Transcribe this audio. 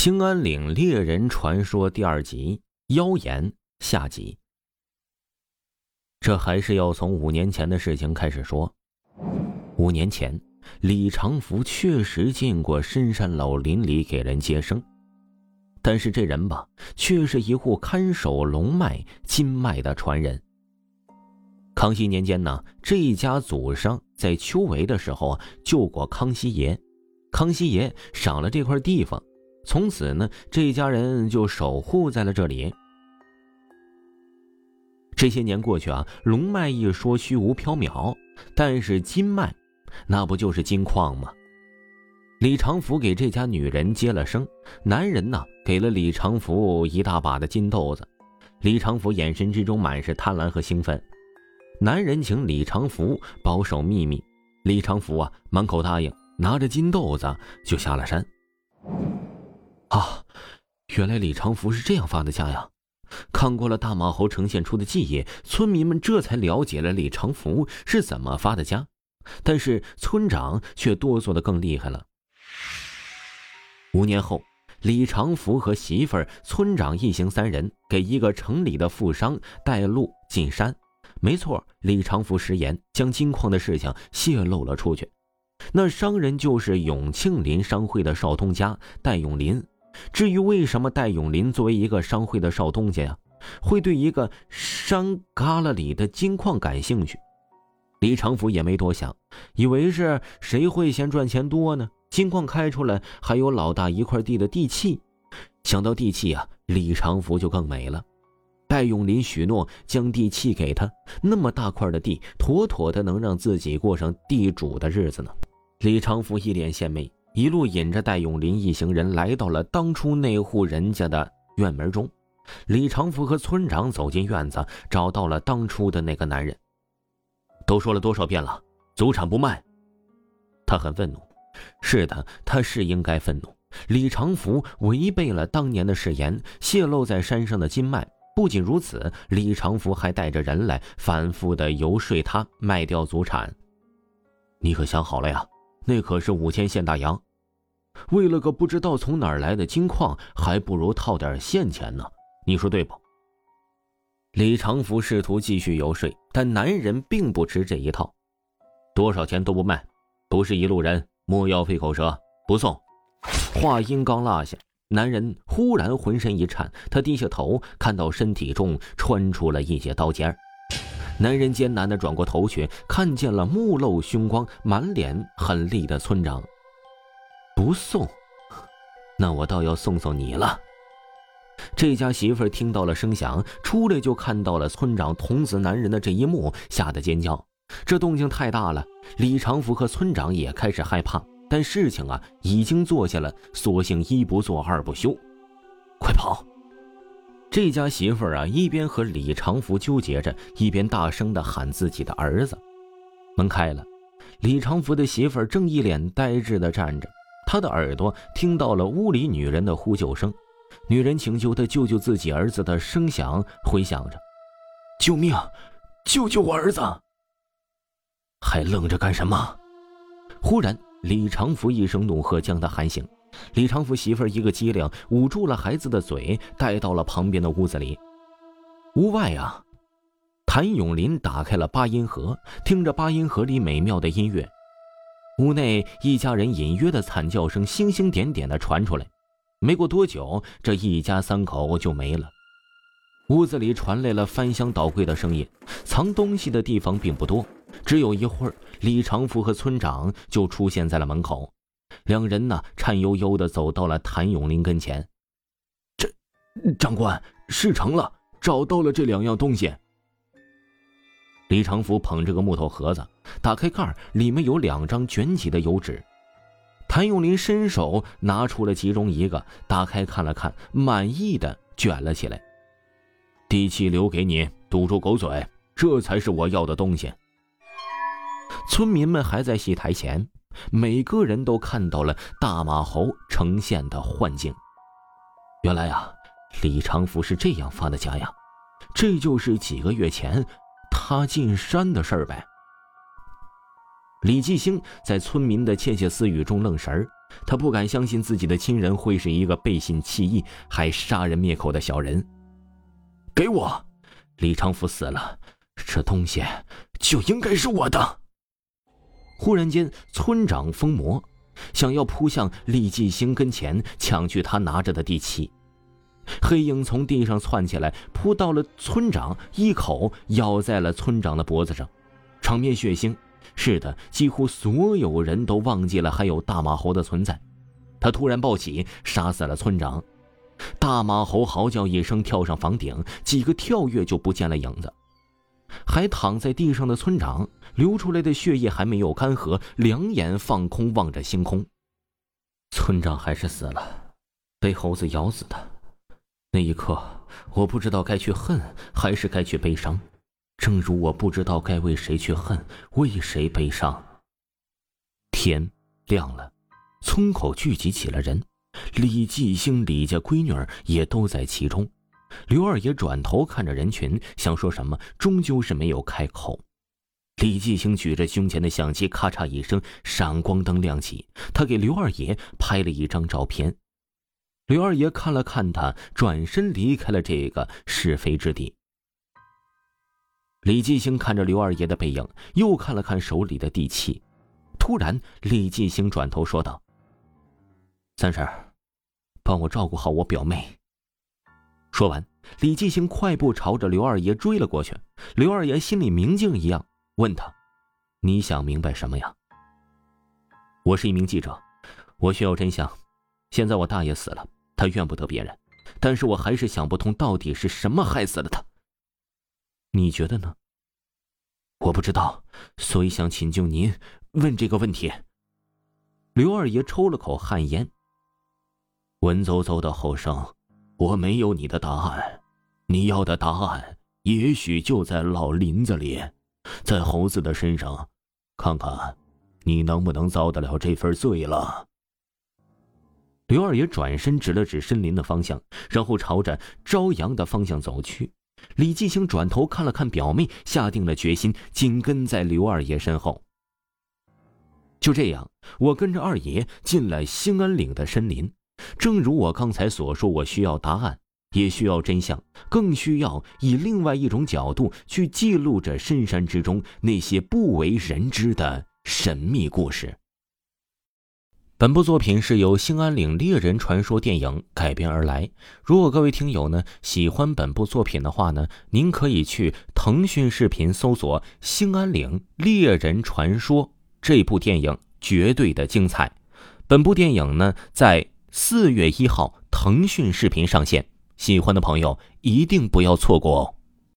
兴安岭猎人传说第2集，妖言下集。这还是要从5年前的事情开始说。5年前，李长福确实进过深山老林里给人接生，但是这人吧，却是一户看守龙脉金脉的传人。康熙年间呢，这一家祖上在秋闱的时候救过康熙爷，康熙爷赏了这块地方，从此呢，这一家人就守护在了这里。这些年过去啊，龙脉一说虚无缥缈，但是金脉那不就是金矿吗？李长福给这家女人接了生，男人呢给了李长福一大把的金豆子。李长福眼神之中满是贪婪和兴奋。男人请李长福保守秘密，李长福啊满口答应，拿着金豆子就下了山。啊，原来李长福是这样发的家呀！看过了大马猴呈现出的记忆，村民们这才了解了李长福是怎么发的家。但是村长却哆嗦得更厉害了。5年后，李长福和媳妇儿、村长一行3人给一个城里的富商带路进山。没错，李长福食言，将金矿的事情泄露了出去。那商人就是永庆林商会的少东家戴永林。至于为什么戴永林作为一个商会的少东家呀，会对一个山旮旯里的金矿感兴趣，李长福也没多想，以为是谁会嫌赚钱多呢？金矿开出来还有老大一块地的地契。想到地契啊，李长福就更美了。戴永林许诺将地契给他，那么大块的地，妥妥的能让自己过上地主的日子呢。李长福一脸献媚，一路引着戴永林一行人来到了当初那户人家的院门中。李长福和村长走进院子，找到了当初的那个男人。都说了多少遍了，祖产不卖。他很愤怒。是的，他是应该愤怒。李长福违背了当年的誓言，泄露在山上的金脉。不仅如此，李长福还带着人来反复的游说他卖掉祖产。你可想好了呀，那可是5000现大洋，为了个不知道从哪儿来的金矿，还不如套点现钱呢，你说对不？李长福试图继续游说，但男人并不吃这一套。多少钱都不卖，不是一路人，莫要费口舌，不送。话音刚落下，男人忽然浑身一颤，他低下头，看到身体中穿出了一截刀尖。男人艰难地转过头去，看见了目露凶光、满脸狠厉的村长。不送，那我倒要送送你了。这家媳妇儿听到了声响，出来就看到了村长捅死男人的这一幕，吓得尖叫。这动静太大了，李长福和村长也开始害怕，但事情啊已经做下了，索性一不做二不休。快跑！这家媳妇儿啊，一边和李长福纠结着，一边大声地喊自己的儿子。门开了，李长福的媳妇儿正一脸呆滞地站着，她的耳朵听到了屋里女人的呼救声。女人请求他救救自己儿子的声响回响着：救命，救救我儿子！还愣着干什么？忽然李长福一声怒喝将他喊醒。李长福媳妇儿一个机灵，捂住了孩子的嘴，带到了旁边的屋子里。屋外啊，谭咏麟打开了8音盒，听着8音盒里美妙的音乐。屋内一家人隐约的惨叫声星星点点的传出来。没过多久，这一家3口就没了。屋子里传来了翻箱倒柜的声音，藏东西的地方并不多。只有一会儿，李长福和村长就出现在了门口。两人呢，颤悠悠地走到了谭咏麟跟前。长官，事成了，找到了这2样东西。李长福捧着个木头盒子，打开盖，里面有2张卷起的油纸。谭咏麟伸手拿出了其中一个，打开看了看，满意的卷了起来。地契留给你，堵住狗嘴，这才是我要的东西。村民们还在戏台前，每个人都看到了大马猴呈现的幻境。原来啊，李长福是这样发的家呀，这就是几个月前他进山的事儿呗。李继兴在村民的窃窃私语中愣神儿， 他不敢相信自己的亲人会是一个背信弃义还杀人灭口的小人。给我！李长福死了，这东西就应该是我的。忽然间，村长疯魔，想要扑向李继兴跟前，抢去他拿着的地契。黑影从地上窜起来，扑到了村长，一口咬在了村长的脖子上，场面血腥。是的，几乎所有人都忘记了还有大马猴的存在。他突然暴起，杀死了村长。大马猴嚎叫一声，跳上房顶，几个跳跃就不见了影子。还躺在地上的村长，流出来的血液还没有干涸，两眼放空望着星空。村长还是死了，被猴子咬死的。那一刻，我不知道该去恨还是该去悲伤，正如我不知道该为谁去恨，为谁悲伤。天亮了，村口聚集起了人，李继兴李家闺女儿也都在其中。刘二爷转头看着人群，想说什么，终究是没有开口。李继兴举着胸前的相机，咔嚓一声，闪光灯亮起，他给刘二爷拍了一张照片。刘二爷看了看他，转身离开了这个是非之地。李继兴看着刘二爷的背影，又看了看手里的地契。突然，李继兴转头说道：“三婶，帮我照顾好我表妹。”说完，李继兴快步朝着刘二爷追了过去。刘二爷心里明镜一样，问他：“你想明白什么呀？”“我是一名记者，我需要真相。现在我大爷死了，他怨不得别人，但是我还是想不通到底是什么害死了他。你觉得呢？”“我不知道，所以想请教您问这个问题。”刘二爷抽了口旱烟。文绉绉的后生，我没有你的答案，你要的答案也许就在老林子里，在猴子的身上，看看你能不能遭得了这份罪了。刘二爷转身指了指森林的方向，然后朝着朝阳的方向走去。李继兴转头看了看表妹，下定了决心，紧跟在刘二爷身后。就这样，我跟着二爷进了兴安岭的森林。正如我刚才所说，我需要答案，也需要真相，更需要以另外一种角度去记录着深山之中那些不为人知的神秘故事。本部作品是由兴安岭猎人传说电影改编而来。如果各位听友呢喜欢本部作品的话呢，您可以去腾讯视频搜索兴安岭猎人传说，这部电影绝对的精彩。本部电影呢在4月1号腾讯视频上线，喜欢的朋友一定不要错过哦。